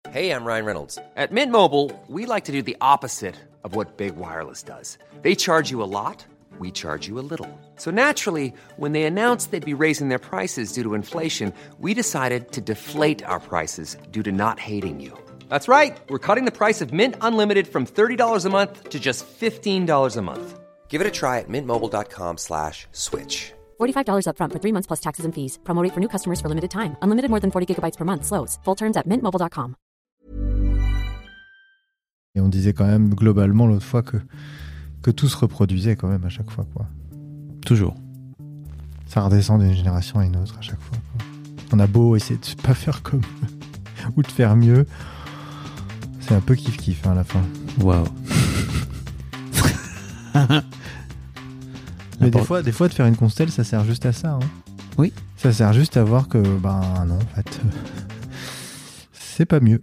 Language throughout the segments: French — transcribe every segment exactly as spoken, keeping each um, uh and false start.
Hey, I'm Ryan Reynolds. At Mint Mobile, we like to do the opposite of what Big Wireless does. They charge you a lot, we charge you a little. So naturally, when they announced they'd be raising their prices due to inflation, we decided to deflate our prices due to not hating you. That's right. We're cutting the price of Mint Unlimited from thirty dollars a month to just fifteen dollars a month. Give it a try at mintmobile.com slash switch. forty-five dollars up front for three months plus taxes and fees. Promo rate for new customers for limited time. Unlimited more than forty gigabytes per month. Slows full terms at mint mobile dot com. Et on disait quand même globalement l'autre fois que, que tout se reproduisait quand même à chaque fois, quoi. Toujours. Ça redescend d'une génération à une autre à chaque fois, quoi. On a beau essayer de pas faire comme ou de faire mieux, c'est un peu kiff-kiff hein, à la fin. Waouh. Mais des fois, des fois, de faire une constelle, ça sert juste à ça. Hein. Oui. Ça sert juste à voir que, ben non, en fait, c'est pas mieux.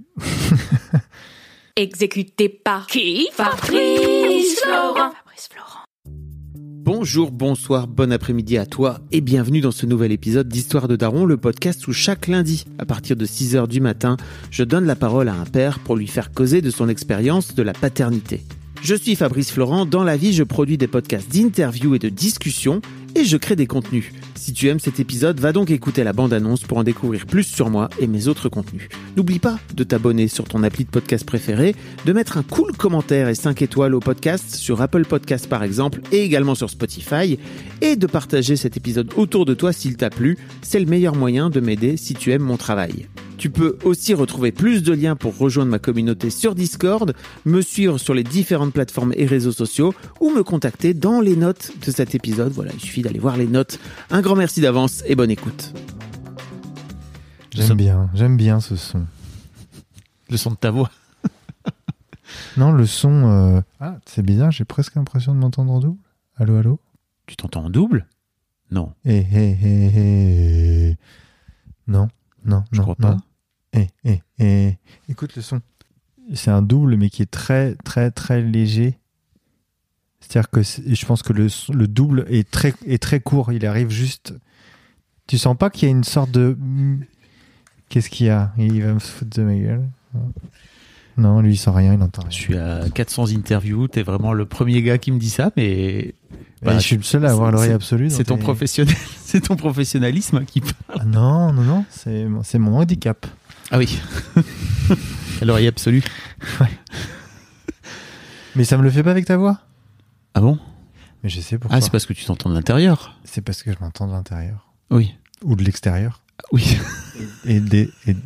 Exécuté par qui? Fabrice Florent. Fabrice Florent. Bonjour, bonsoir, bon après-midi à toi et bienvenue dans ce nouvel épisode d'Histoire de Daron, le podcast où chaque lundi, à partir de six heures du matin, je donne la parole à un père pour lui faire causer de son expérience de la paternité. Je suis Fabrice Florent, dans la vie je produis des podcasts d'interviews et de discussions et je crée des contenus. Si tu aimes cet épisode, va donc écouter la bande-annonce pour en découvrir plus sur moi et mes autres contenus. N'oublie pas de t'abonner sur ton appli de podcast préféré, de mettre un cool commentaire et cinq étoiles au podcast sur Apple Podcasts par exemple et également sur Spotify et de partager cet épisode autour de toi s'il t'a plu. C'est le meilleur moyen de m'aider si tu aimes mon travail. Tu peux aussi retrouver plus de liens pour rejoindre ma communauté sur Discord, me suivre sur les différentes plateformes et réseaux sociaux ou me contacter dans les notes de cet épisode. Voilà, il suffit d'aller voir les notes. Un grand merci d'avance et bonne écoute. J'aime bien, j'aime bien ce son. Le son de ta voix. Non, le son... Euh... Ah, c'est bizarre, j'ai presque l'impression de m'entendre en double. Allô, allô? Tu t'entends en double? Non. Eh, eh, eh, eh. Non, non, Je non, crois non. pas. Eh, eh, eh. Écoute le son. C'est un double, mais qui est très, très, très léger. C'est-à-dire que c'est, je pense que le, le double est très, est très court. Il arrive juste... Tu sens pas qu'il y a une sorte de... Qu'est-ce qu'il y a? Il va me foutre de ma gueule. Non, lui, il sent rien, il n'entend rien. Je suis à quatre cents interviews, t'es vraiment le premier gars qui me dit ça, mais... Bah, je suis le seul à avoir l'oreille c'est, absolue. C'est ton, tes... professionnel, c'est ton professionnalisme qui parle. Ah non, non, non, c'est, c'est mon handicap. Ah oui. L'oreille absolue. Ouais. Mais ça me le fait pas avec ta voix? Ah bon? Mais je sais pourquoi. Ah, c'est parce que tu t'entends de l'intérieur. C'est parce que je m'entends de l'intérieur. Oui. Ou de l'extérieur. Oui. Et des... Et...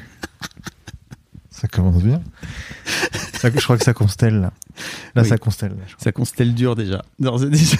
Ça commence bien. Ça, je crois que ça constelle, là. Là, Oui. ça constelle. Là, Ça constelle dur déjà. D'ores et déjà.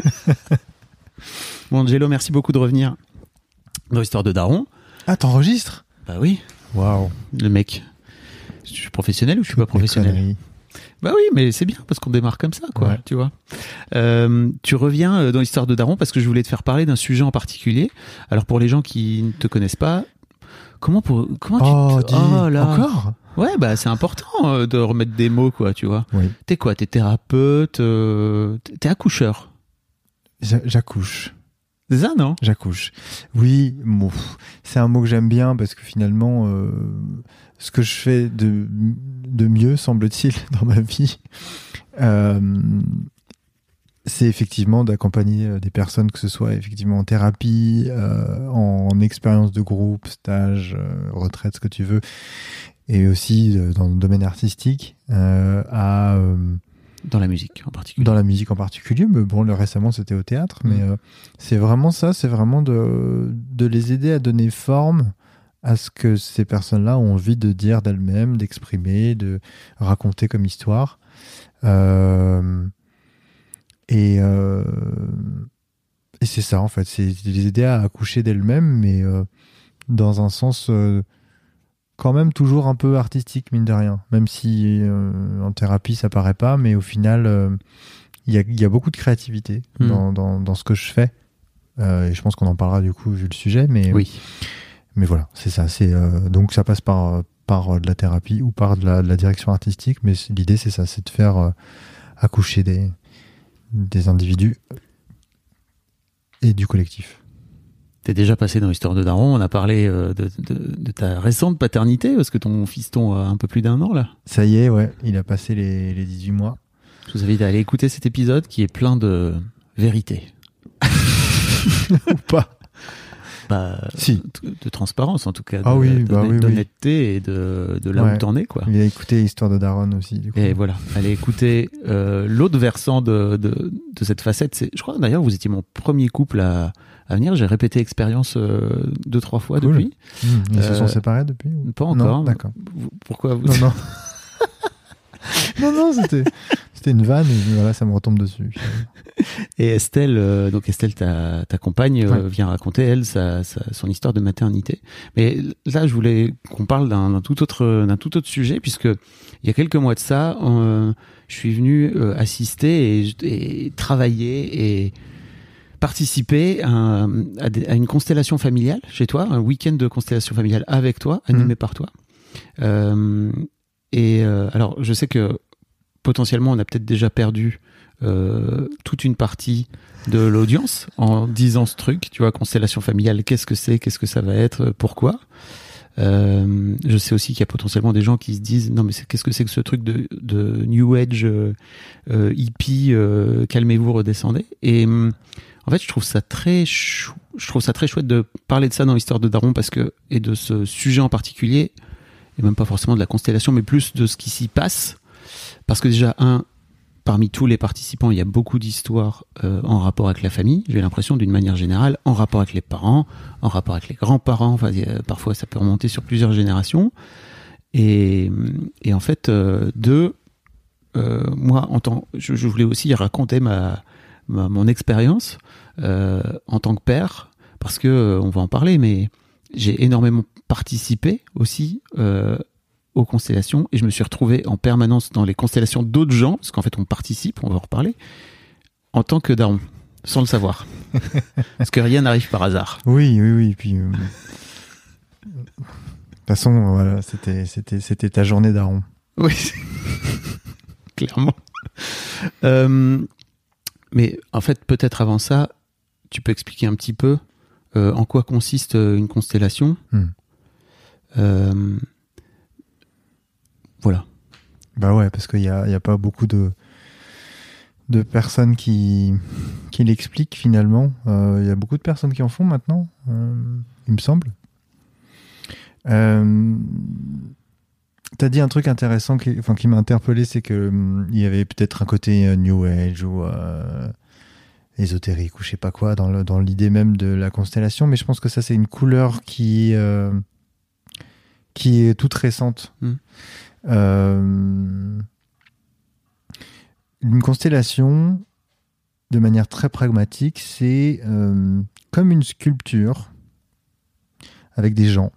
Bon, Angelo, merci beaucoup de revenir dans l'histoire de Daron. Ah, t'enregistres? Bah oui. Waouh. Le mec. Je suis professionnel ou je suis pas professionnel? Bah oui, mais c'est bien parce qu'on démarre comme ça, quoi. Ouais. Tu vois. Euh, tu reviens dans l'histoire de Daron parce que je voulais te faire parler d'un sujet en particulier. Alors pour les gens qui ne te connaissent pas, comment pour comment Oh, tu te... dis, oh là. encore? Ouais, bah c'est important euh, de remettre des mots, quoi. Tu vois. Oui. T'es quoi? T'es thérapeute? Euh... T'es accoucheur? J'a- J'accouche. C'est ça, non? J'accouche. Oui, bon, c'est un mot que j'aime bien parce que finalement, euh, ce que je fais de, de mieux, semble-t-il, dans ma vie, euh, c'est effectivement d'accompagner des personnes, que ce soit effectivement en thérapie, euh, en expérience de groupe, stage, euh, retraite, ce que tu veux, et aussi euh, dans le domaine artistique, euh, à... Euh, Dans la musique en particulier. Dans la musique en particulier, mais bon, le récemment c'était au théâtre, mais euh, c'est vraiment ça, c'est vraiment de, de les aider à donner forme à ce que ces personnes-là ont envie de dire d'elles-mêmes, d'exprimer, de raconter comme histoire. Euh, et, euh, et c'est ça en fait, c'est de les aider à accoucher d'elles-mêmes, mais euh, dans un sens... Euh, quand même toujours un peu artistique, mine de rien. Même si euh, en thérapie, ça paraît pas, mais au final, il euh, y, a, y a beaucoup de créativité mmh. dans, dans, dans ce que je fais. Euh, et je pense qu'on en parlera du coup, vu le sujet. Mais, oui. Mais voilà, c'est ça. C'est, euh, donc ça passe par, par de la thérapie ou par de la, de la direction artistique. Mais l'idée, c'est ça, c'est de faire euh, accoucher des, des individus et du collectif. T'es déjà passé dans l'histoire de Daron. On a parlé euh, de, de, de ta récente paternité, parce que ton fiston a un peu plus d'un an, là. Ça y est, ouais, il a passé les, les dix-huit mois. Je vous invite à aller écouter cet épisode qui est plein de vérité. Ou pas. Bah, si. de, de transparence, en tout cas. De, ah oui, de, bah oui, d'honnêteté oui. et de, de là ouais. où t'en es, quoi. Il a écouté l'histoire de Daron aussi, du coup. Et voilà, allez écouter euh, l'autre versant de, de, de cette facette. C'est, je crois d'ailleurs vous étiez mon premier couple à, à venir. J'ai répété l'expérience euh, deux, trois fois cool. depuis. Mmh. Ils euh, se sont séparés depuis ou... Pas encore. Non, d'accord. Vous, pourquoi vous... Non, non. non, non, c'était, c'était une vanne et voilà, ça me retombe dessus. Et Estelle, euh, donc Estelle, ta, ta compagne, euh, ouais. vient raconter, elle, sa, sa, son histoire de maternité. Mais là, je voulais qu'on parle d'un, d'un, tout autre, d'un tout autre sujet, puisque il y a quelques mois de ça, euh, je suis venu euh, assister et, et travailler et participer à, à, des, à une constellation familiale chez toi, un week-end de constellation familiale avec toi, animé mmh. par toi. Euh, et euh, alors, je sais que potentiellement, on a peut-être déjà perdu euh, toute une partie de l'audience en disant ce truc, tu vois, constellation familiale, qu'est-ce que c'est, qu'est-ce que ça va être, pourquoi. Euh, je sais aussi qu'il y a potentiellement des gens qui se disent non mais c'est, qu'est-ce que c'est que ce truc de, de New Age euh, euh, hippie, euh, calmez-vous, redescendez. Et euh, en fait, je trouve ça très chou- je trouve ça très chouette de parler de ça dans l'histoire de Daron parce que et de ce sujet en particulier, et même pas forcément de la constellation, mais plus de ce qui s'y passe. Parce que déjà, un, parmi tous les participants, il y a beaucoup d'histoires euh, en rapport avec la famille, j'ai l'impression, d'une manière générale, en rapport avec les parents, en rapport avec les grands-parents, enfin, euh, parfois ça peut remonter sur plusieurs générations. Et, et en fait, euh, deux, euh, moi, en tant, je, je voulais aussi raconter ma, ma, mon expérience euh, en tant que père, parce que, euh, on va en parler, mais j'ai énormément participé aussi euh, aux constellations et je me suis retrouvé en permanence dans les constellations d'autres gens, parce qu'en fait on participe, on va en reparler, en tant que daron, sans le savoir. Parce que rien n'arrive par hasard. Oui, oui, oui. Puis, euh... de toute façon, voilà, c'était, c'était, c'était ta journée daron. Oui, clairement. Euh, mais en fait, peut-être avant ça, tu peux expliquer un petit peu euh, en quoi consiste une constellation. Hmm. Euh, Voilà. Bah ouais, parce qu'il n'y a, y a pas beaucoup de, de personnes qui, qui l'expliquent finalement. Il euh, y a beaucoup de personnes qui en font maintenant, euh, il me semble. Euh, t'as dit un truc intéressant qui, enfin, qui m'a interpellé, c'est qu'il hum, y avait peut-être un côté euh, New Age ou euh, ésotérique ou je sais pas quoi dans, le, dans l'idée même de la constellation, mais je pense que ça c'est une couleur qui, euh, qui est toute récente. Mmh. Euh, une constellation, de manière très pragmatique, c'est euh, comme une sculpture avec des gens.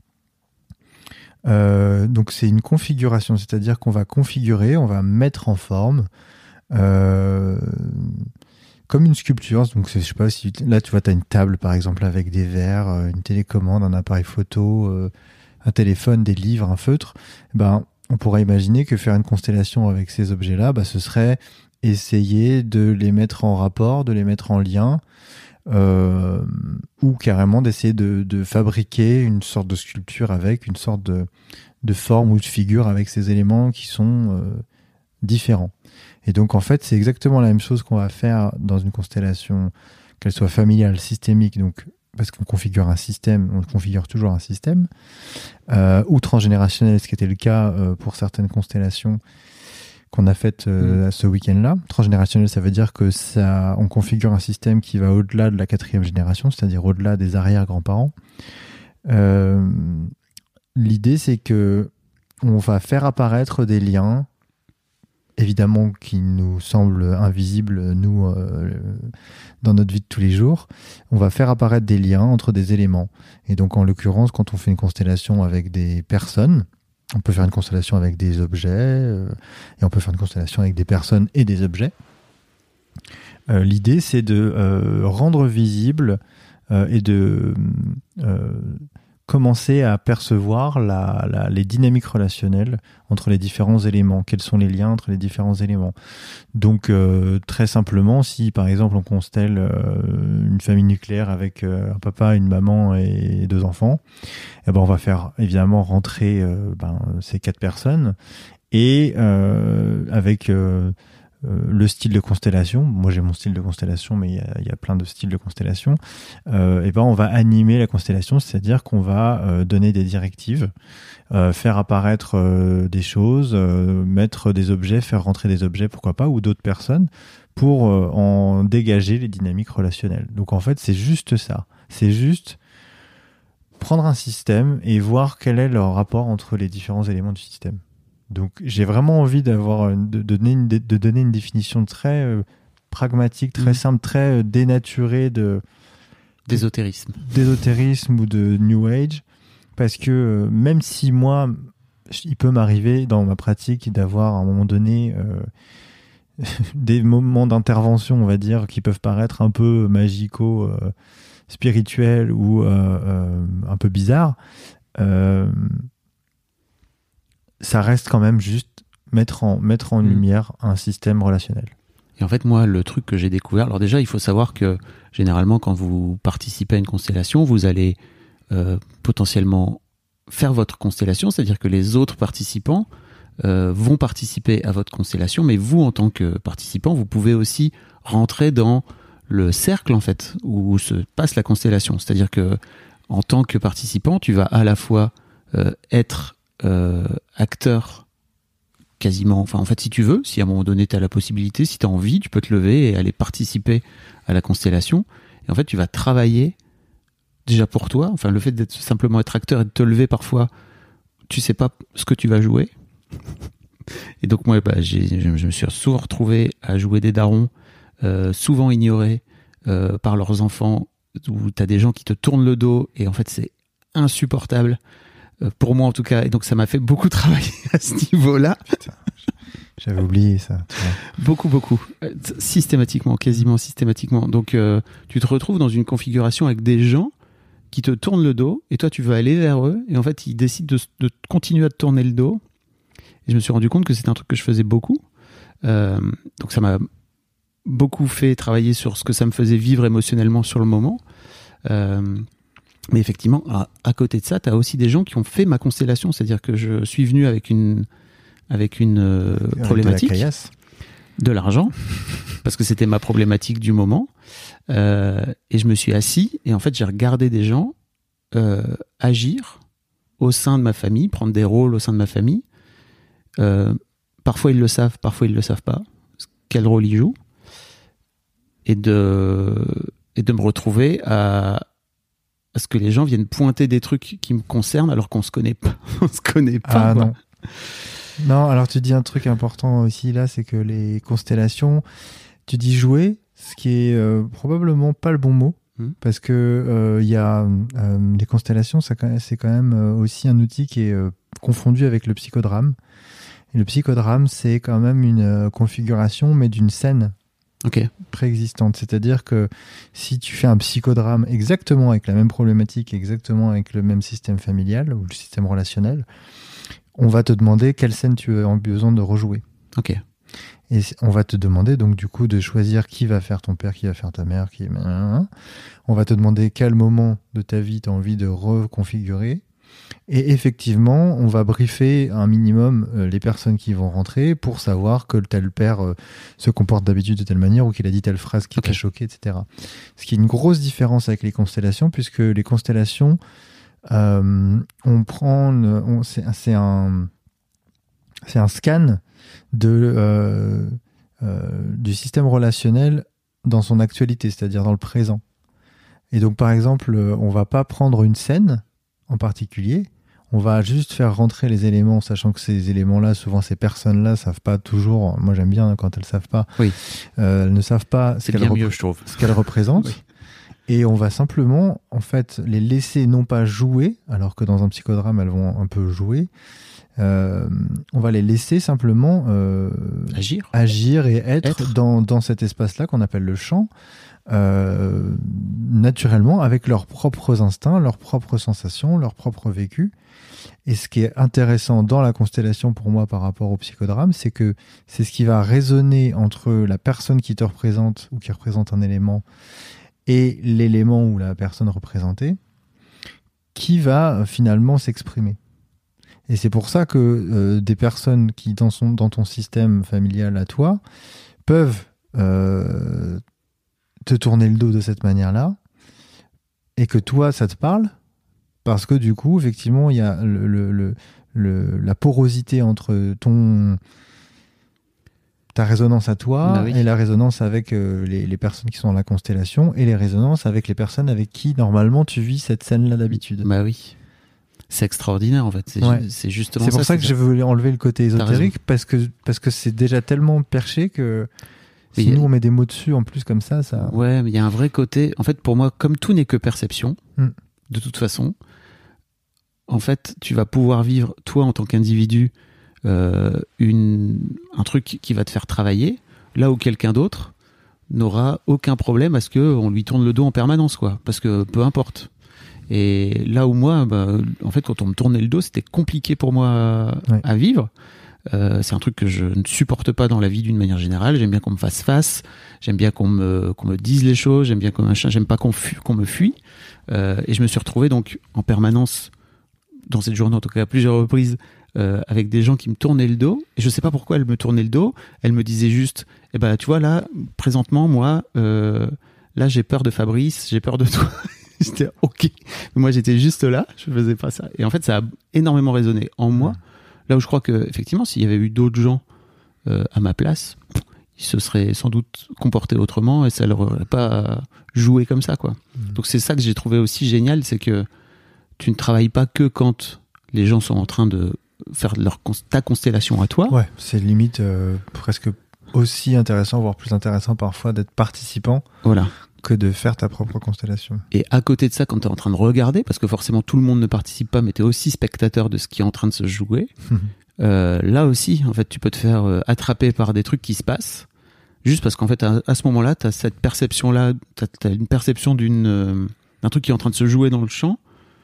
Euh, donc c'est une configuration, c'est-à-dire qu'on va configurer, on va mettre en forme euh, comme une sculpture. Donc je sais pas si là tu vois, tu as une table par exemple avec des verres, une télécommande, un appareil photo, euh, un téléphone, des livres, un feutre. Ben on pourrait imaginer que faire une constellation avec ces objets-là, bah, ce serait essayer de les mettre en rapport, de les mettre en lien, euh, ou carrément d'essayer de, de fabriquer une sorte de sculpture avec, une sorte de, de forme ou de figure avec ces éléments qui sont euh, différents. Et donc en fait, c'est exactement la même chose qu'on va faire dans une constellation, qu'elle soit familiale, systémique, donc parce qu'on configure un système, on configure toujours un système, euh, ou transgénérationnel, ce qui était le cas euh, pour certaines constellations qu'on a faites euh, mmh. ce week-end-là. Transgénérationnel, ça veut dire que ça, on configure un système qui va au-delà de la quatrième génération, c'est-à-dire au-delà des arrière-grands-parents. Euh, l'idée, c'est que on va faire apparaître des liens, évidemment qui nous semblent invisibles, nous, euh, dans notre vie de tous les jours. On va faire apparaître des liens entre des éléments. Et donc, en l'occurrence, quand on fait une constellation avec des personnes, on peut faire une constellation avec des objets, euh, et on peut faire une constellation avec des personnes et des objets. Euh, l'idée, c'est de euh, rendre visible euh, et de euh, commencer à percevoir la, la, les dynamiques relationnelles entre les différents éléments, quels sont les liens entre les différents éléments. Donc euh, très simplement, si par exemple on constelle euh, une famille nucléaire avec euh, un papa, une maman et deux enfants, eh ben on va faire évidemment rentrer euh, ben, ces quatre personnes et euh, avec euh, Euh, le style de constellation, moi j'ai mon style de constellation, mais il y, y a plein de styles de constellation, euh, et ben on va animer la constellation, c'est-à-dire qu'on va euh, donner des directives, euh, faire apparaître euh, des choses, euh, mettre des objets, faire rentrer des objets, pourquoi pas, ou d'autres personnes, pour euh, en dégager les dynamiques relationnelles. Donc en fait c'est juste ça, c'est juste prendre un système et voir quel est le rapport entre les différents éléments du système. Donc j'ai vraiment envie d'avoir de, de, donner, une, de donner une définition très euh, pragmatique, très mmh. simple, très euh, dénaturée de d'ésotérisme, d'ésotérisme ou de New Age, parce que euh, même si moi, il peut m'arriver dans ma pratique d'avoir à un moment donné euh, des moments d'intervention, on va dire, qui peuvent paraître un peu magico, euh, spirituels ou euh, euh, un peu bizarres. Euh, ça reste quand même juste mettre en, mettre en mmh. lumière un système relationnel. Et en fait, moi, le truc que j'ai découvert... Alors déjà, il faut savoir que, généralement, quand vous participez à une constellation, vous allez euh, potentiellement faire votre constellation, c'est-à-dire que les autres participants euh, vont participer à votre constellation, mais vous, en tant que participant, vous pouvez aussi rentrer dans le cercle, en fait, où se passe la constellation. C'est-à-dire que, en tant que participant, tu vas à la fois euh, être... Euh, acteur quasiment, enfin en fait si tu veux, si à un moment donné tu as la possibilité, si tu as envie, tu peux te lever et aller participer à la constellation, et en fait tu vas travailler déjà pour toi, enfin le fait d'être simplement être acteur et de te lever parfois, tu sais pas ce que tu vas jouer, et donc moi bah, j'ai, je me suis souvent retrouvé à jouer des darons, euh, souvent ignorés euh, par leurs enfants, où tu as des gens qui te tournent le dos, et en fait c'est insupportable. Pour moi en tout cas, et donc ça m'a fait beaucoup travailler à ce niveau-là. Putain, j'avais oublié ça. Beaucoup, beaucoup. Systématiquement, quasiment systématiquement. Donc euh, tu te retrouves dans une configuration avec des gens qui te tournent le dos, et toi tu veux aller vers eux, et en fait ils décident de, de continuer à te tourner le dos. Et je me suis rendu compte que c'était un truc que je faisais beaucoup. Euh, donc ça m'a beaucoup fait travailler sur ce que ça me faisait vivre émotionnellement sur le moment. Euh, Mais effectivement, à, à côté de ça, tu as aussi des gens qui ont fait ma constellation. C'est-à-dire que je suis venu avec une, avec une euh, problématique. De, la de l'argent, parce que c'était ma problématique du moment. Euh, et je me suis assis, et en fait, j'ai regardé des gens euh, agir au sein de ma famille, prendre des rôles au sein de ma famille. Euh, parfois, ils le savent, parfois, ils ne le savent pas. Quel rôle ils jouent. Et de, et de me retrouver à... à ce que les gens viennent pointer des trucs qui me concernent alors qu'on se connaît pas. On se connaît pas. Ah quoi. non. Non, alors tu dis un truc important aussi là, c'est que les constellations, tu dis jouer, ce qui est euh, probablement pas le bon mot, mmh. parce que euh, y a euh, les constellations, ça, c'est quand même euh, aussi un outil qui est euh, confondu avec le psychodrame. Et le psychodrame, c'est quand même une euh, configuration, mais d'une scène. Okay. préexistante, c'est-à-dire que si tu fais un psychodrame exactement avec la même problématique, exactement avec le même système familial ou le système relationnel, on va te demander quelle scène tu as besoin de rejouer. Ok. Et on va te demander donc du coup de choisir qui va faire ton père, qui va faire ta mère, qui. On va te demander quel moment de ta vie tu as envie de reconfigurer. Et effectivement, on va briefer un minimum euh, les personnes qui vont rentrer pour savoir que tel père euh, se comporte d'habitude de telle manière ou qu'il a dit telle phrase qui okay. t'a choqué, et cetera. Ce qui est une grosse différence avec les constellations, puisque les constellations, euh, on prend, le, on, c'est, c'est un, c'est un scan de euh, euh, du système relationnel dans son actualité, c'est-à-dire dans le présent. Et donc, par exemple, on va pas prendre une scène en particulier, on va juste faire rentrer les éléments, sachant que ces éléments-là, souvent ces personnes-là savent pas toujours, moi j'aime bien quand elles savent pas, oui. euh, elles ne savent pas ce, C'est qu'elles, bien rep- mieux, je trouve. ce qu'elles représentent, oui. Et on va simplement en fait les laisser non pas jouer, alors que dans un psychodrame elles vont un peu jouer, Euh, on va les laisser simplement euh, agir. agir et être, Être. Dans, dans cet espace-là qu'on appelle le champ, euh, naturellement, avec leurs propres instincts, leurs propres sensations, leurs propres vécus. Et ce qui est intéressant dans la constellation pour moi par rapport au psychodrame, c'est que c'est ce qui va résonner entre la personne qui te représente ou qui représente un élément et l'élément ou la personne représentée qui va euh, finalement s'exprimer. Et c'est pour ça que euh, des personnes qui dans, son, dans ton système familial à toi peuvent euh, te tourner le dos de cette manière-là et que toi, ça te parle parce que du coup, effectivement, il y a le, le, le, le, la porosité entre ton... ta résonance à toi bah oui. et la résonance avec euh, les, les personnes qui sont dans la constellation et les résonances avec les personnes avec qui, normalement, tu vis cette scène-là d'habitude. Bah oui. C'est extraordinaire, en fait. C'est, Ouais. ju- c'est justement C'est ça. pour ça, c'est que je voulais enlever le côté T'as ésotérique parce que, parce que c'est déjà tellement perché que Mais si y a- nous on met des mots dessus en plus comme ça, ça... Ouais, mais il y a un vrai côté. En fait, pour moi, comme tout n'est que perception, Mm. de toute façon, en fait, tu vas pouvoir vivre, toi, en tant qu'individu, euh, une, un truc qui va te faire travailler, là où quelqu'un d'autre n'aura aucun problème à ce qu'on lui tourne le dos en permanence, quoi. Parce que peu importe. Et là où moi, bah, en fait, quand on me tournait le dos, c'était compliqué pour moi à, Ouais. à vivre. Euh, c'est un truc que je ne supporte pas dans la vie d'une manière générale. J'aime bien qu'on me fasse face, j'aime bien qu'on me, qu'on me dise les choses, j'aime bien qu'on machin, j'aime pas qu'on, fu- qu'on me fuit. Euh, et je me suis retrouvé donc en permanence, dans cette journée en tout cas à plusieurs reprises, euh, avec des gens qui me tournaient le dos. Et je sais pas pourquoi elles me tournaient le dos. Elles me disaient juste, eh ben tu vois là, présentement moi, euh, là j'ai peur de Fabrice, j'ai peur de toi. J'étais ok. Moi j'étais juste là, je faisais pas ça. Et en fait ça a énormément résonné en moi. Ouais. Là où je crois que effectivement, s'il y avait eu d'autres gens euh, à ma place, ils se seraient sans doute comportés autrement et ça leur aurait pas joué comme ça, quoi. Mmh. Donc c'est ça que j'ai trouvé aussi génial, c'est que tu ne travailles pas que quand les gens sont en train de faire leur cons- ta constellation à toi. Ouais, c'est limite euh, presque aussi intéressant, voire plus intéressant parfois d'être participant Voilà. que de faire ta propre constellation. Et à côté de ça, quand tu es en train de regarder, parce que forcément tout le monde ne participe pas, mais tu es aussi spectateur de ce qui est en train de se jouer, euh, là aussi, en fait, tu peux te faire euh, attraper par des trucs qui se passent, juste parce qu'en fait, à, à ce moment-là, tu as cette perception-là, tu as une perception d'une, euh, d'un truc qui est en train de se jouer dans le champ,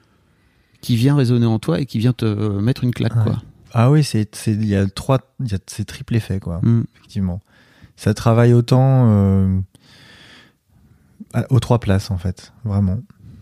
qui vient résonner en toi et qui vient te euh, mettre une claque, Ouais. quoi. Ah oui, c'est c'est il y a trois, il y a c'est triple effet quoi. Mm. Effectivement, ça travaille autant euh, à- aux trois places en fait, vraiment.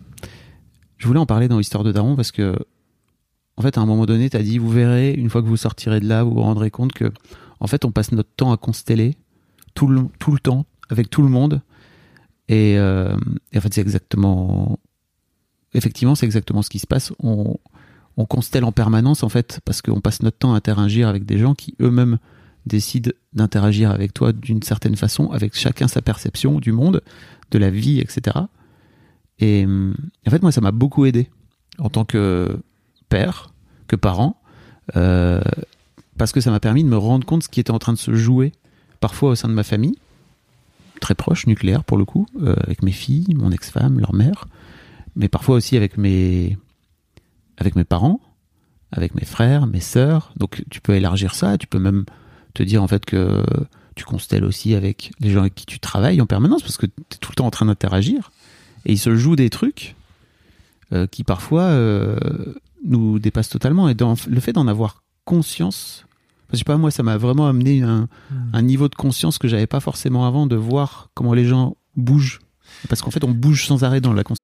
Je voulais en parler dans l'histoire de Daron parce que, en fait, à un moment donné, tu as dit, vous verrez, une fois que vous sortirez de là, vous vous rendrez compte que, en fait, on passe notre temps à consteller tout le, tout le temps, avec tout le monde. Et, euh, et en fait, c'est exactement, effectivement, c'est exactement ce qui se passe. On, on constelle en permanence, en fait, parce qu'on passe notre temps à interagir avec des gens qui eux-mêmes décident d'interagir avec toi d'une certaine façon, avec chacun sa perception du monde, de la vie, et cetera. Et en fait, moi, ça m'a beaucoup aidé en tant que père, que parent, euh, parce que ça m'a permis de me rendre compte de ce qui était en train de se jouer, parfois au sein de ma famille, très proche, nucléaire pour le coup, euh, avec mes filles, mon ex-femme, leur mère, mais parfois aussi avec mes, avec mes parents, avec mes frères, mes sœurs. Donc, tu peux élargir ça, tu peux même te dire en fait que tu constelles aussi avec les gens avec qui tu travailles en permanence, parce que tu es tout le temps en train d'interagir. Et il se joue des trucs euh, qui parfois euh, nous dépassent totalement. Et dans le fait d'en avoir conscience, je sais pas, moi, ça m'a vraiment amené un, Mmh. un niveau de conscience que j'avais pas forcément avant, de voir comment les gens bougent. Parce qu'en fait, on bouge sans arrêt dans la conscience.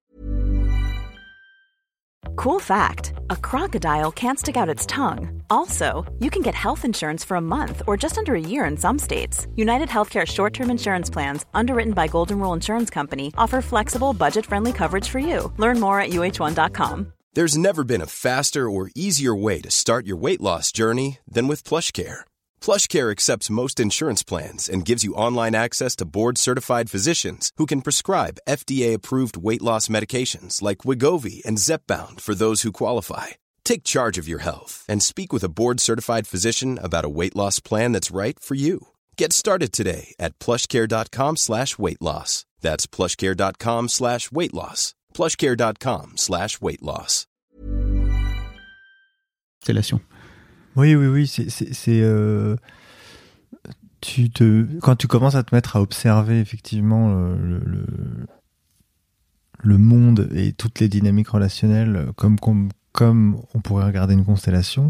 Cool fact, a crocodile can't stick out its tongue. Also, you can get health insurance for a month or just under a year in some states. United Healthcare short-term insurance plans, underwritten by Golden Rule Insurance Company, offer flexible, budget-friendly coverage for you. Learn more at U H one dot com. There's never been a faster or easier way to start your weight loss journey than with PlushCare. PlushCare accepts most insurance plans and gives you online access to board-certified physicians who can prescribe F D A-approved weight loss medications like Wegovy and Zepbound for those who qualify. Take charge of your health and speak with a board-certified physician about a weight loss plan that's right for you. Get started today at plushcare.com slash weight loss. That's plushcare.com slash weight loss. plushcare.com slash weight loss. Constellation. Oui, oui, oui. C'est, c'est, c'est euh, tu te, quand tu commences à te mettre à observer effectivement le, le, le monde et toutes les dynamiques relationnelles, comme, comme, comme on pourrait regarder une constellation,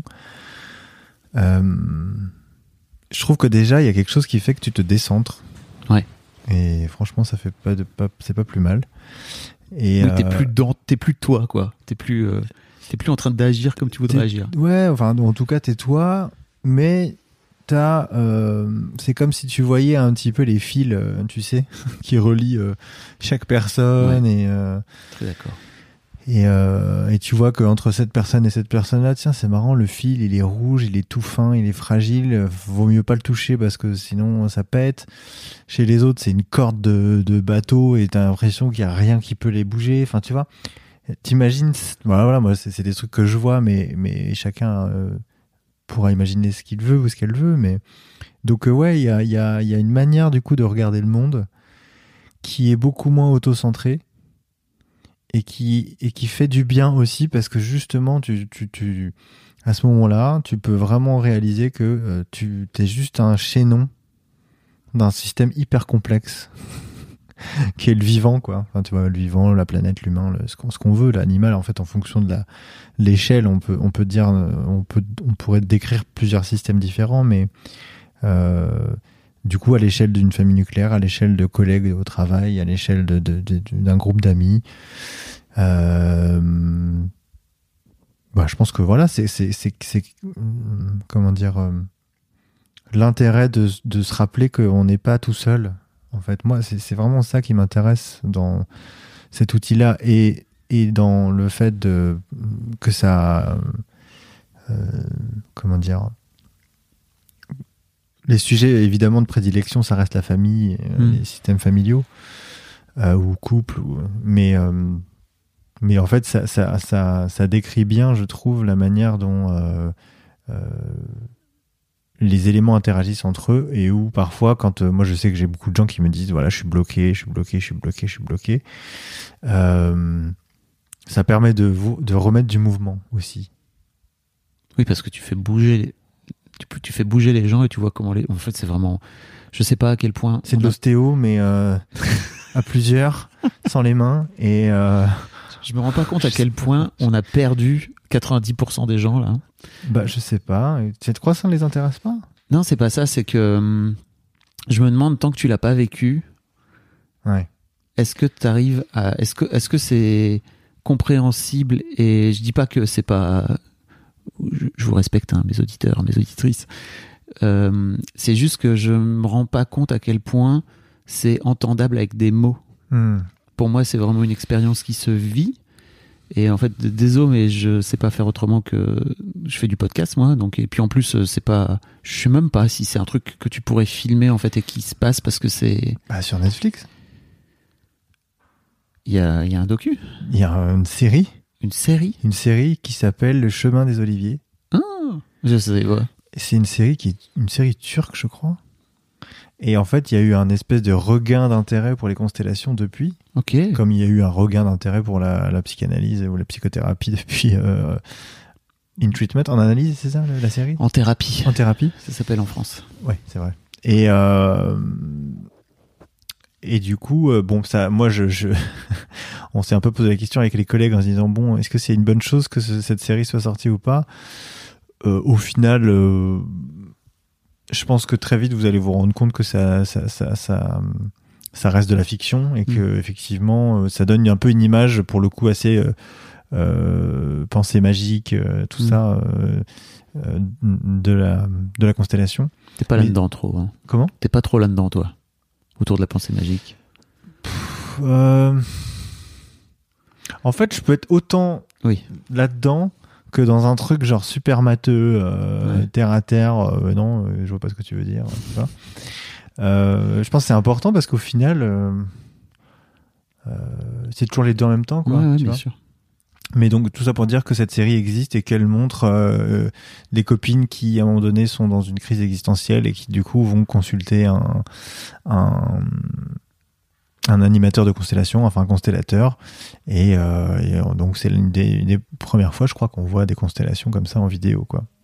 euh, je trouve que déjà il y a quelque chose qui fait que tu te décentres. Ouais. Et franchement, ça fait pas de pas, c'est pas plus mal. Et oui, euh, t'es plus dans, t'es plus toi, quoi. T'es plus, euh, t'es plus en train d'agir comme tu voudrais agir. Ouais, enfin, en tout cas, t'es toi, mais t'as, euh, c'est comme si tu voyais un petit peu les fils, euh, tu sais, qui relient euh, chaque personne. Ouais. Et, euh, très d'accord. Et, euh, et tu vois qu'entre cette personne et cette personne-là, tiens, c'est marrant, le fil, il est rouge, il est tout fin, il est fragile, vaut mieux pas le toucher parce que sinon ça pète. Chez les autres, c'est une corde de, de bateau et t'as l'impression qu'il y a rien qui peut les bouger. Enfin, tu vois, t'imagines, voilà, voilà, moi, c'est, c'est des trucs que je vois, mais, mais chacun euh, pourra imaginer ce qu'il veut ou ce qu'elle veut. Mais donc, euh, ouais, il y a, y a, y a une manière, du coup, de regarder le monde qui est beaucoup moins auto-centrée. Et qui, et qui fait du bien aussi parce que justement, tu, tu, tu, à ce moment-là, tu peux vraiment réaliser que euh, tu es juste un chaînon d'un système hyper complexe qui est le vivant, quoi. Enfin, tu vois, le vivant, la planète, l'humain, le, ce, qu'on, ce qu'on veut, l'animal, en fait, en fonction de la, l'échelle, on peut, on peut dire, on, peut, on pourrait décrire plusieurs systèmes différents, mais euh, du coup, à l'échelle d'une famille nucléaire, à l'échelle de collègues au travail, à l'échelle de, de, de, d'un groupe d'amis, euh, bah, je pense que voilà, c'est, c'est, c'est, c'est comment dire, euh, l'intérêt de, de se rappeler qu'on n'est pas tout seul. En fait, moi, c'est, c'est vraiment ça qui m'intéresse dans cet outil-là et, et dans le fait de, que ça, euh, comment dire. Les sujets, évidemment, de prédilection, ça reste la famille, mmh. les systèmes familiaux, euh, ou couple. Ou... Mais, euh, mais en fait, ça, ça, ça, ça décrit bien, je trouve, la manière dont euh, euh, les éléments interagissent entre eux et où, parfois, quand euh, moi, je sais que j'ai beaucoup de gens qui me disent, voilà, je suis bloqué, je suis bloqué, je suis bloqué, je suis bloqué. Euh, ça permet de, de remettre du mouvement aussi. Oui, parce que tu fais bouger les... Tu, tu fais bouger les gens et tu vois comment les... En fait, c'est vraiment... Je sais pas à quel point... C'est de l'ostéo, mais euh, à plusieurs, sans les mains. Et euh... je me rends pas compte à quel point on a perdu quatre-vingt-dix pour cent des gens, là. Bah, je sais pas. Tu crois que ça ne les intéresse pas ? Non, c'est pas ça. C'est que... Hum, je me demande, tant que tu l'as pas vécu, ouais. est-ce que tu arrives à... Est-ce que, est-ce que c'est compréhensible ? Et je dis pas que c'est pas... Je vous respecte, hein, mes auditeurs, mes auditrices. Euh, c'est juste que je me rends pas compte à quel point c'est entendable avec des mots. Mm. Pour moi, c'est vraiment une expérience qui se vit. Et en fait, désolé, mais je sais pas faire autrement que je fais du podcast, moi. Donc, et puis en plus, c'est pas, je sais même pas si c'est un truc que tu pourrais filmer en fait et qui se passe parce que c'est. Bah, sur Netflix. Il y a, il y a un docu. Il y a une série. Une série Une série qui s'appelle Le Chemin des Oliviers. Ah, je sais, ouais. C'est une série qui est une série turque, je crois. Et en fait, il y a eu un espèce de regain d'intérêt pour les constellations depuis. Ok. Comme il y a eu un regain d'intérêt pour la, la psychanalyse ou la psychothérapie depuis euh, In Treatment. En analyse, c'est ça, la série ? En thérapie. En thérapie. Ça s'appelle en France. Ouais, c'est vrai. Et... Euh, Et du coup, euh, bon, ça, moi, je, je on s'est un peu posé la question avec les collègues en se disant, bon, est-ce que c'est une bonne chose que ce, cette série soit sortie ou pas ? euh, Au final, euh, je pense que très vite, vous allez vous rendre compte que ça, ça, ça, ça, ça reste de la fiction et que mmh. effectivement, ça donne un peu une image, pour le coup, assez euh, euh, pensée magique, euh, tout mmh. ça, euh, euh, de la, de la constellation. T'es pas là-dedans trop. Hein. Comment ? T'es pas trop là-dedans, toi ? Autour de la pensée magique. Pff, euh... En fait, je peux être autant oui. là-dedans que dans un truc genre super matheux, euh, ouais. terre à terre. Euh, non, euh, je vois pas ce que tu veux dire. Tu vois euh, je pense que c'est important parce qu'au final, euh, euh, c'est toujours les deux en même temps, quoi. Ouais, ouais, tu bien vois sûr. Mais donc tout ça pour dire que cette série existe et qu'elle montre euh, des copines qui à un moment donné sont dans une crise existentielle et qui du coup vont consulter un un, un animateur de constellation, enfin un constellateur, et, euh, et donc c'est l'une des, une des premières fois, je crois, qu'on voit des constellations comme ça en vidéo, quoi.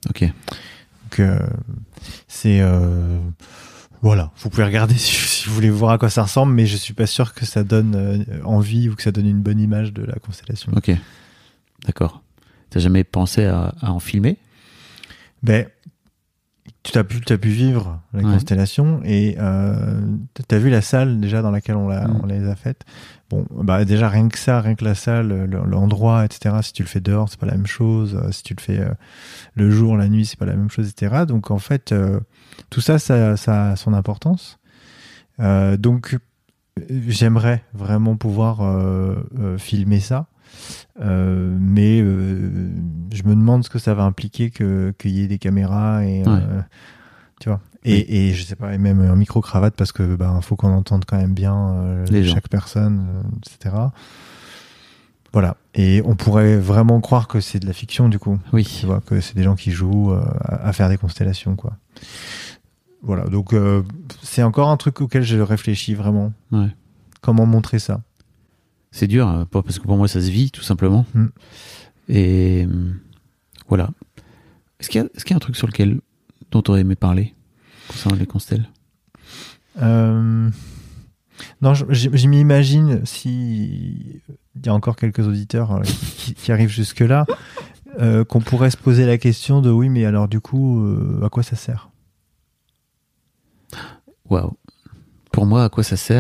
Ok. Donc, euh, c'est... Euh, voilà, vous pouvez regarder si, si vous voulez voir à quoi ça ressemble, mais je suis pas sûr que ça donne euh, envie ou que ça donne une bonne image de la constellation. Ok, d'accord. T'as jamais pensé à, à en filmer ? Ben, tu as pu, tu as pu vivre la Ouais. constellation et euh, tu as vu la salle déjà dans laquelle on, l'a, Mm. on les a faites. Bon, bah déjà rien que ça, rien que la salle, le- l'endroit, et cetera. Si tu le fais dehors, c'est pas la même chose. Euh, Si tu le fais euh, le jour, la nuit, c'est pas la même chose, et cetera. Donc en fait, euh, tout ça, ça, ça a son importance. Euh, donc euh, j'aimerais vraiment pouvoir euh, euh, filmer ça. Euh, mais euh, je me demande ce que ça va impliquer que qu'il y ait des caméras et Ouais. euh, tu vois et, Oui. et je sais pas et même un micro cravate parce que bah faut qu'on entende quand même bien euh, Les gens. chaque personne euh, et cetera. Voilà, et on pourrait vraiment croire que c'est de la fiction du coup, Oui. tu vois, que c'est des gens qui jouent euh, à, à faire des constellations quoi. Voilà, donc euh, c'est encore un truc auquel je réfléchis vraiment. Ouais. Comment montrer ça? C'est dur, hein, pas- parce que pour moi, ça se vit, tout simplement. Mm. Et euh, voilà. Est-ce qu'il y a, est-ce qu'il y a un truc sur lequel, dont tu aurais aimé parler, concernant les constelles ? Euh... Non, je, je, je m'imagine si il y a encore quelques auditeurs euh, qui, qui arrivent jusque-là, euh, qu'on pourrait se poser la question de oui, mais alors du coup, euh, à quoi ça sert? Waouh. Pour moi, à quoi ça sert ?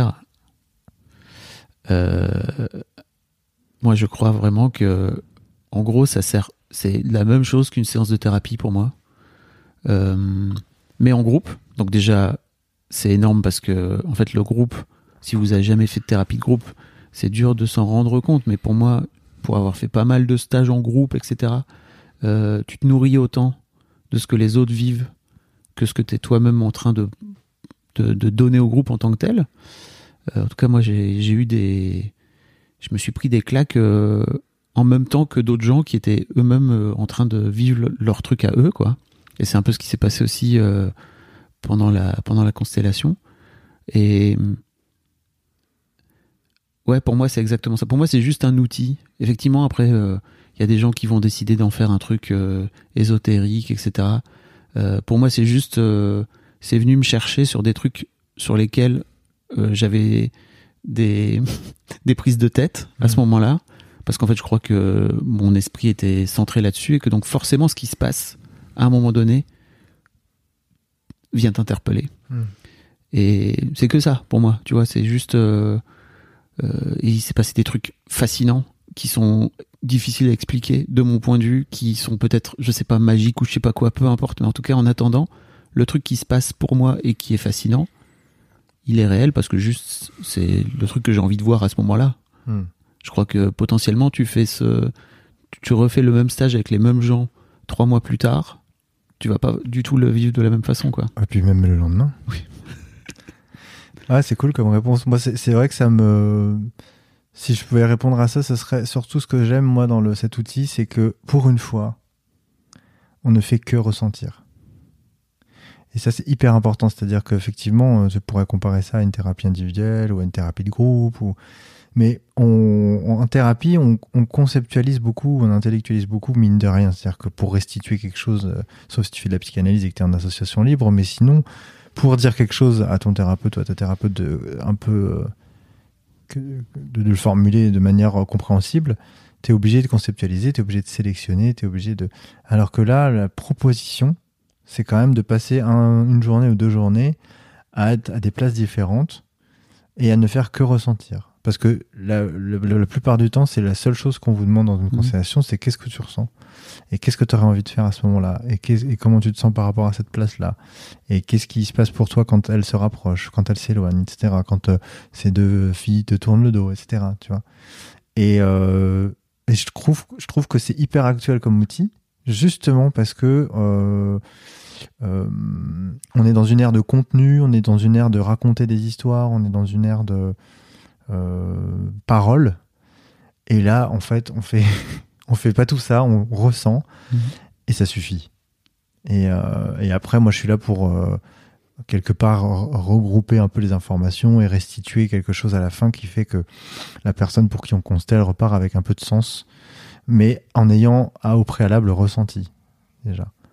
Euh, moi, je crois vraiment que, en gros, ça sert. C'est la même chose qu'une séance de thérapie pour moi, euh, mais en groupe. Donc déjà, c'est énorme parce que, en fait, le groupe, si vous avez jamais fait de thérapie de groupe, c'est dur de s'en rendre compte. Mais pour moi, pour avoir fait pas mal de stages en groupe, et cetera, euh, tu te nourris autant de ce que les autres vivent que ce que tu es toi-même en train de, de, de donner au groupe en tant que tel. Euh, en tout cas, moi, j'ai, j'ai eu des... Je me suis pris des claques euh, en même temps que d'autres gens qui étaient eux-mêmes euh, en train de vivre le- leur truc à eux, quoi. Et c'est un peu ce qui s'est passé aussi euh, pendant la, pendant la constellation. Et... Ouais, pour moi, c'est exactement ça. Pour moi, c'est juste un outil. Effectivement, après, il euh, y a des gens qui vont décider d'en faire un truc euh, ésotérique, et cetera. Euh, pour moi, c'est juste... Euh, c'est venu me chercher sur des trucs sur lesquels euh, j'avais des, des prises de tête à ce moment-là. Parce qu'en fait, je crois que mon esprit était centré là-dessus et que donc forcément, ce qui se passe à un moment donné vient t'interpeller. Mm. Et c'est que ça, pour moi. Tu vois, c'est juste... Euh, euh, et il s'est passé des trucs fascinants qui sont difficiles à expliquer de mon point de vue, qui sont peut-être, je sais pas, magiques ou je sais pas quoi, peu importe. Mais en tout cas, en attendant, le truc qui se passe pour moi et qui est fascinant, il est réel parce que juste, c'est le truc que j'ai envie de voir à ce moment-là. Mm. Je crois que potentiellement, tu fais ce, tu refais le même stage avec les mêmes gens trois mois plus tard, tu vas pas du tout le vivre de la même façon, quoi. Et puis même le lendemain. Oui. Ah, c'est cool comme réponse. Moi, c'est, c'est vrai que ça me... Si je pouvais répondre à ça, ce serait surtout ce que j'aime, moi, dans le, cet outil, c'est que, pour une fois, on ne fait que ressentir. Et ça, c'est hyper important. C'est-à-dire qu'effectivement, je pourrais comparer ça à une thérapie individuelle ou à une thérapie de groupe. Ou... Mais on, en thérapie, on, on conceptualise beaucoup, on intellectualise beaucoup, mine de rien. C'est-à-dire que pour restituer quelque chose, euh, sauf si tu fais de la psychanalyse et que tu es en association libre, mais sinon... Pour dire quelque chose à ton thérapeute ou à ta thérapeute, de, un peu euh, que, de, de le formuler de manière euh, compréhensible, tu es obligé de conceptualiser, tu es obligé de sélectionner, tu es obligé de... Alors que là, la proposition, c'est quand même de passer un, une journée ou deux journées à être à des places différentes et à ne faire que ressentir. Parce que la, la, la plupart du temps, c'est la seule chose qu'on vous demande dans une constellation, c'est qu'est-ce que tu ressens et qu'est-ce que tu aurais envie de faire à ce moment-là et, et comment tu te sens par rapport à cette place-là et qu'est-ce qui se passe pour toi quand elle se rapproche, quand elle s'éloigne, et cetera. Quand euh, ces deux filles te tournent le dos, et cetera. Tu vois. Et, euh, et je trouve, je trouve que c'est hyper actuel comme outil, justement parce que euh, euh, on est dans une ère de contenu, on est dans une ère de raconter des histoires, on est dans une ère de euh, parole. Et là, en fait, on fait, on fait pas tout ça, on ressent mmh. et ça suffit. Et, euh, et après, moi, je suis là pour euh, quelque part regrouper un peu les informations et restituer quelque chose à la fin qui fait que la personne pour qui on constelle repart avec un peu de sens, mais en ayant à, au préalable ressenti déjà.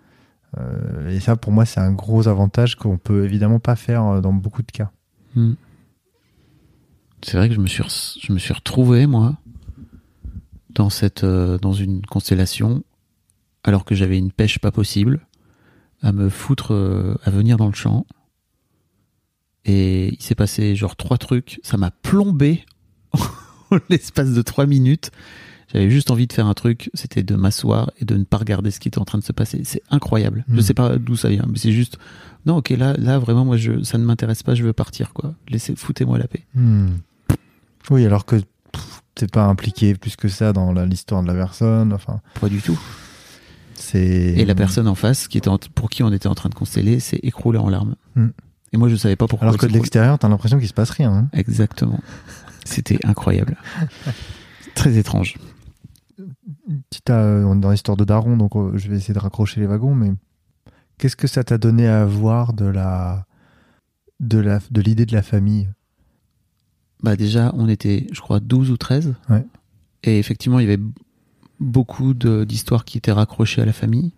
Euh, et ça, pour moi, c'est un gros avantage qu'on peut évidemment pas faire dans beaucoup de cas. Hmm. C'est vrai que je me suis, re- je me suis retrouvé, moi, dans, cette, euh, dans une constellation, alors que j'avais une pêche pas possible, à me foutre, euh, à venir dans le champ. Et il s'est passé genre trois trucs. Ça m'a plombé en l'espace de trois minutes. J'avais juste envie de faire un truc, c'était de m'asseoir et de ne pas regarder ce qui était en train de se passer. C'est incroyable. Mmh. Je sais pas d'où ça vient, mais c'est juste, non, ok, là, là vraiment, moi, je, ça ne m'intéresse pas, je veux partir, quoi. Laissez, foutez-moi la paix. Mmh. Oui, alors que pff, t'es pas impliqué plus que ça dans la, l'histoire de la personne, enfin. Pas du tout. C'est... Et la personne en face, qui était en, pour qui on était en train de consteller, s'est écroulée en larmes. Mmh. Et moi, je savais pas pourquoi. Alors que de l'extérieur, t'as l'impression qu'il se passe rien. Hein. Exactement. C'était incroyable. Très étrange. Si t'as, on est dans l'histoire de Daron, donc euh, je vais essayer de raccrocher les wagons, mais qu'est-ce que ça t'a donné à voir de la, de la, de l'idée de la famille ? Bah déjà, on était, je crois, douze ou treize. Ouais. Et effectivement, il y avait beaucoup de, d'histoires qui étaient raccrochées à la famille.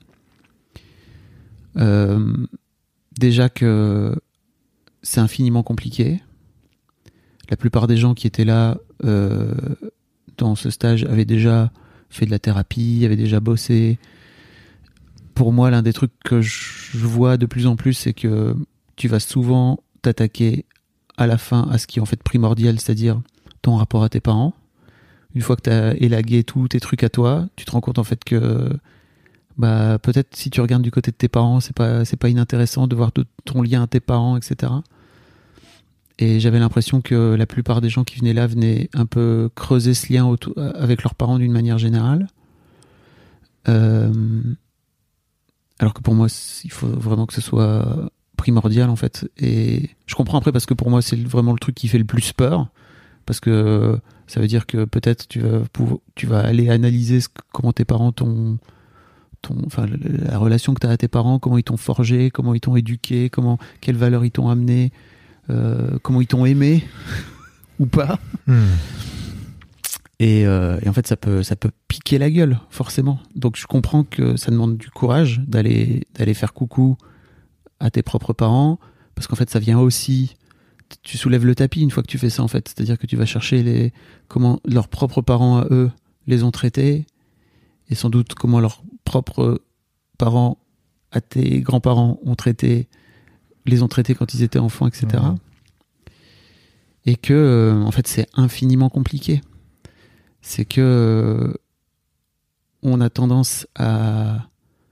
Euh, déjà que c'est infiniment compliqué. La plupart des gens qui étaient là euh, dans ce stage avaient déjà fait de la thérapie, avaient déjà bossé. Pour moi, l'un des trucs que je vois de plus en plus, c'est que tu vas souvent t'attaquer à la fin à ce qui est en fait primordial, c'est-à-dire ton rapport à tes parents. Une fois que tu as élagué tous tes trucs à toi, tu te rends compte en fait que bah, peut-être si tu regardes du côté de tes parents, c'est pas, c'est pas inintéressant de voir de, ton lien à tes parents, et cetera. Et j'avais l'impression que la plupart des gens qui venaient là venaient un peu creuser ce lien autour, avec leurs parents d'une manière générale. Euh, alors que pour moi, il faut vraiment que ce soit primordial en fait. Et je comprends après parce que pour moi, c'est vraiment le truc qui fait le plus peur. Parce que ça veut dire que peut-être tu vas, pouvoir, tu vas aller analyser ce, comment tes parents t'ont... Ton, enfin, la relation que tu as à tes parents, comment ils t'ont forgé, comment ils t'ont éduqué, comment, quelles valeurs ils t'ont amené, euh, comment ils t'ont aimé ou pas. Mmh. Et, euh, et en fait, ça peut, ça peut piquer la gueule, forcément. Donc, je comprends que ça demande du courage d'aller, d'aller faire coucou à tes propres parents, parce qu'en fait, ça vient aussi... Tu soulèves le tapis une fois que tu fais ça, en fait. C'est-à-dire que tu vas chercher les, comment leurs propres parents à eux les ont traités, et sans doute comment leurs propres parents à tes grands-parents ont traité, les ont traités quand ils étaient enfants, et cetera. Mmh. Et que, euh, en fait, c'est infiniment compliqué. C'est que euh, on a tendance à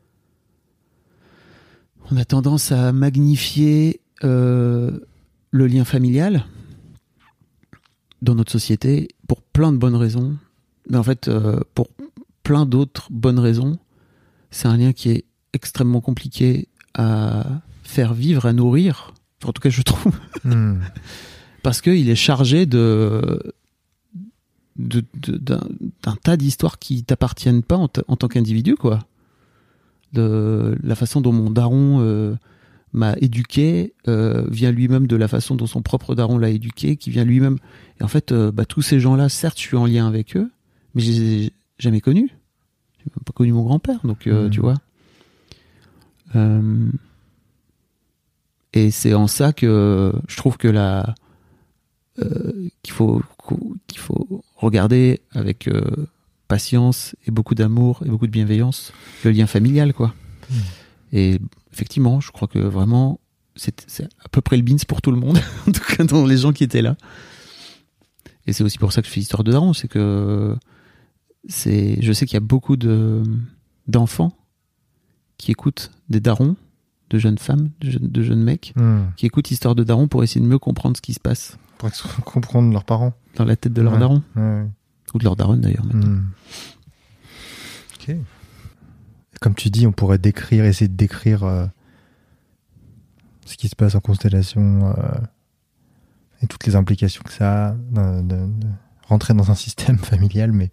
on a tendance à magnifier euh, le lien familial dans notre société pour plein de bonnes raisons. Mais en fait, euh, pour plein d'autres bonnes raisons, c'est un lien qui est extrêmement compliqué à faire vivre, à nourrir. Enfin, en tout cas, je trouve. Mmh. Parce qu'il est chargé de, de, de, d'un, d'un tas d'histoires qui ne t'appartiennent pas en, t- en tant qu'individu, quoi. De la façon dont mon daron euh, m'a éduqué euh, vient lui-même de la façon dont son propre daron l'a éduqué, qui vient lui-même... Et en fait, euh, bah, tous ces gens-là, certes, je suis en lien avec eux, mais je les ai jamais connus. Je n'ai même pas connu mon grand-père, donc euh, mmh. tu vois. Euh... Et c'est en ça que je trouve que la... Euh, qu'il faut, qu'il faut regarder avec euh, patience et beaucoup d'amour et beaucoup de bienveillance le lien familial, quoi. Mmh. Et effectivement, je crois que vraiment, c'est, c'est à peu près le beans pour tout le monde, en tout cas dans les gens qui étaient là. Et c'est aussi pour ça que je fais Histoire de Daron, c'est que c'est, je sais qu'il y a beaucoup de, d'enfants qui écoutent des darons, de jeunes femmes, de jeunes, de jeunes mecs, mmh. qui écoutent Histoire de Daron pour essayer de mieux comprendre ce qui se passe. Pour comprendre leurs parents. Dans la tête de leur ouais. daron. Ouais, ouais. Ou de leur daronne d'ailleurs maintenant. Mmh. Ok. Comme tu dis, on pourrait décrire, essayer de décrire euh, ce qui se passe en constellation euh, et toutes les implications que ça a de, de, de rentrer dans un système familial, mais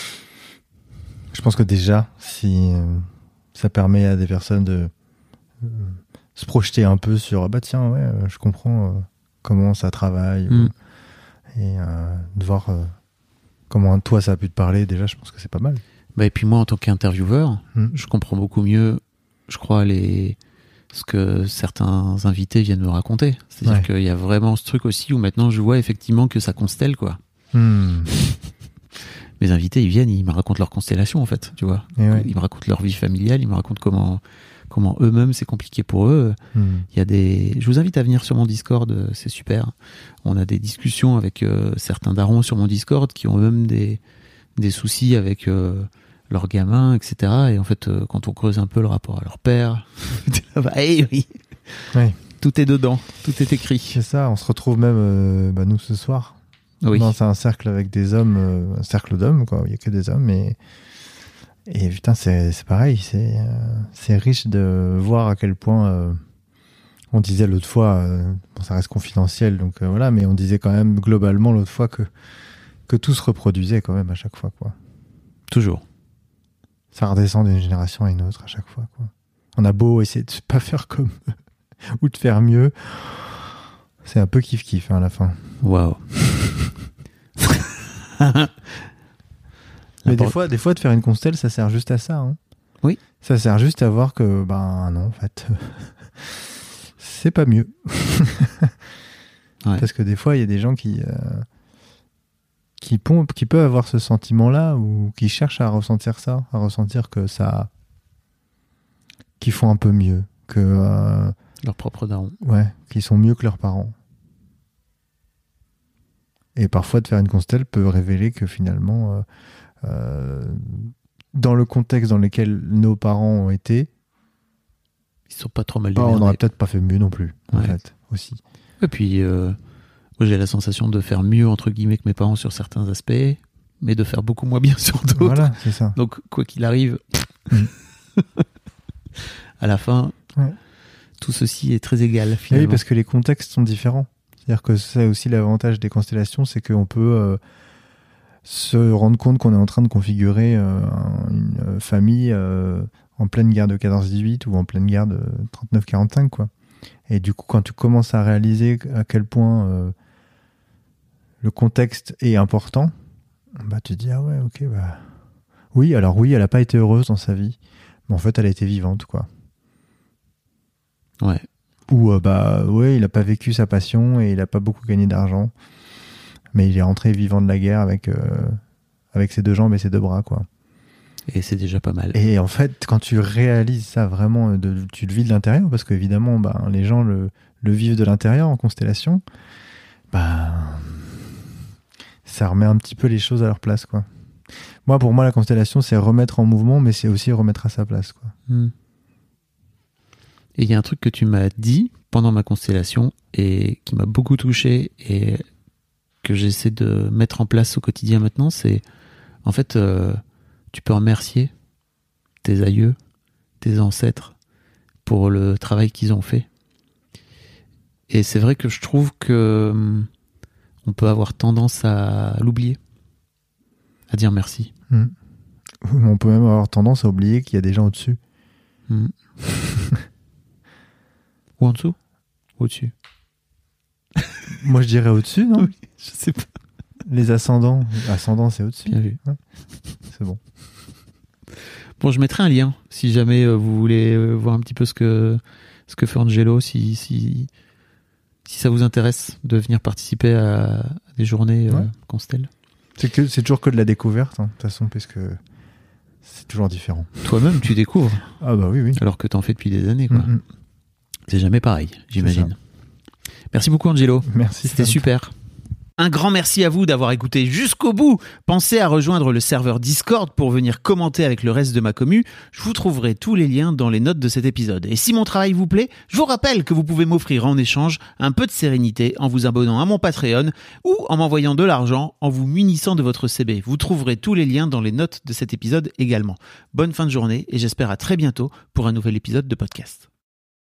je pense que déjà, si euh, ça permet à des personnes de euh, se projeter un peu sur, bah tiens, ouais, euh, je comprends euh, comment ça travaille, mmh. ou, et euh, de voir euh, comment toi ça a pu te parler, déjà, je pense que c'est pas mal. Bah et puis moi, en tant qu'intervieweur, mmh. je comprends beaucoup mieux je crois, les ce que certains invités viennent me raconter. C'est-à-dire Ouais. qu'il y a vraiment ce truc aussi où maintenant je vois effectivement que ça constelle, quoi. Hmm. Mes invités, ils viennent, ils me racontent leur constellation, en fait, tu vois. Et ouais. Ils me racontent leur vie familiale, ils me racontent comment, comment eux-mêmes, c'est compliqué pour eux. Hmm. Il y a des... Je vous invite à venir sur mon Discord, c'est super. On a des discussions avec euh, certains darons sur mon Discord qui ont eux-mêmes des, des soucis avec euh, leurs gamins, et cetera. Et en fait, euh, quand on creuse un peu le rapport à leur père, bah, hey, oui. Ouais. Tout est dedans, tout est écrit. C'est ça, on se retrouve même, euh, bah, nous, ce soir. Oui. Dans un cercle avec des hommes, euh, un cercle d'hommes, quoi. Il n'y a que des hommes. Et, et putain, c'est, c'est pareil. C'est, euh, c'est riche de voir à quel point. Euh, on disait l'autre fois, euh, bon, ça reste confidentiel, donc euh, voilà, mais on disait quand même globalement l'autre fois que, que tout se reproduisait quand même à chaque fois, quoi. Toujours. Ça redescend d'une génération à une autre à chaque fois, quoi. On a beau essayer de pas faire comme eux ou de faire mieux. C'est un peu kiff-kiff hein, à la fin. Waouh. Mais des fois, des fois, de faire une constelle, ça sert juste à ça. Hein. Oui. Ça sert juste à voir que, ben non, en fait, c'est pas mieux. Ouais. Parce que des fois, il y a des gens qui, euh, qui, pompent, qui peuvent avoir ce sentiment-là ou qui cherchent à ressentir ça, à ressentir que ça. Qu'ils font un peu mieux, que. Euh, Leur propre daron. ouais, qu'ils sont mieux que leurs parents. Et parfois, de faire une constelle peut révéler que finalement, euh, euh, dans le contexte dans lequel nos parents ont été, Ils sont pas trop mal bah, on démerdés. n'aurait peut-être pas fait mieux non plus, en Ouais. fait, aussi. Et puis, euh, moi j'ai la sensation de faire mieux, entre guillemets, que mes parents sur certains aspects, mais de faire beaucoup moins bien sur d'autres. Voilà, c'est ça. Donc, quoi qu'il arrive, Mm. à la fin, Ouais. tout ceci est très égal, Et finalement. oui, parce que les contextes sont différents. C'est-à-dire que c'est aussi l'avantage des constellations, c'est qu'on peut euh, se rendre compte qu'on est en train de configurer euh, une euh, famille euh, en pleine guerre de quatorze dix-huit ou en pleine guerre de trente-neuf quarante-cinq, quoi. Et du coup, quand tu commences à réaliser à quel point euh, le contexte est important, bah tu te dis, ah ouais, ok, bah... Oui, alors oui, elle n'a pas été heureuse dans sa vie, mais en fait, elle a été vivante, quoi. Ouais. Ou euh, bah ouais, il a pas vécu sa passion et il a pas beaucoup gagné d'argent, mais il est rentré vivant de la guerre avec euh, avec ses deux jambes et ses deux bras, quoi. Et c'est déjà pas mal. Et en fait, quand tu réalises ça vraiment, de, tu le vis de l'intérieur, parce qu'évidemment, bah, les gens le, le vivent de l'intérieur en constellation, bah ça remet un petit peu les choses à leur place, quoi. Moi, pour moi, la constellation, c'est remettre en mouvement, mais c'est aussi remettre à sa place, quoi. Hmm. Et il y a un truc que tu m'as dit pendant ma constellation et qui m'a beaucoup touché et que j'essaie de mettre en place au quotidien maintenant, c'est en fait, euh, tu peux remercier tes aïeux, tes ancêtres pour le travail qu'ils ont fait. Et c'est vrai que je trouve que hum, on peut avoir tendance à l'oublier, à dire merci. Mm. On peut même avoir tendance à oublier qu'il y a des gens au-dessus. Hmm. Ou en dessous ? Ou au-dessus ? Moi, je dirais au-dessus, non? Oui, je sais pas. Les ascendants. Ascendants, c'est au-dessus. Bien vu. C'est bon. Bon, je mettrai un lien si jamais euh, vous voulez euh, voir un petit peu ce que ce que fait Angelo, si si si ça vous intéresse de venir participer à, à des journées euh, Ouais. Constelle. C'est que c'est toujours que de la découverte, hein, de toute façon, parce que c'est toujours différent. Toi-même, tu découvres, Ah bah oui, oui. alors que t'en fais depuis des années, quoi. Mm-mm. C'est jamais pareil, j'imagine. Merci beaucoup, Angelo. Merci. C'était Sam. super. Un grand merci à vous d'avoir écouté jusqu'au bout. Pensez à rejoindre le serveur Discord pour venir commenter avec le reste de ma commu. Je vous trouverai tous les liens dans les notes de cet épisode. Et si mon travail vous plaît, je vous rappelle que vous pouvez m'offrir en échange un peu de sérénité en vous abonnant à mon Patreon ou en m'envoyant de l'argent en vous munissant de votre C B. Vous trouverez tous les liens dans les notes de cet épisode également. Bonne fin de journée et j'espère à très bientôt pour un nouvel épisode de podcast.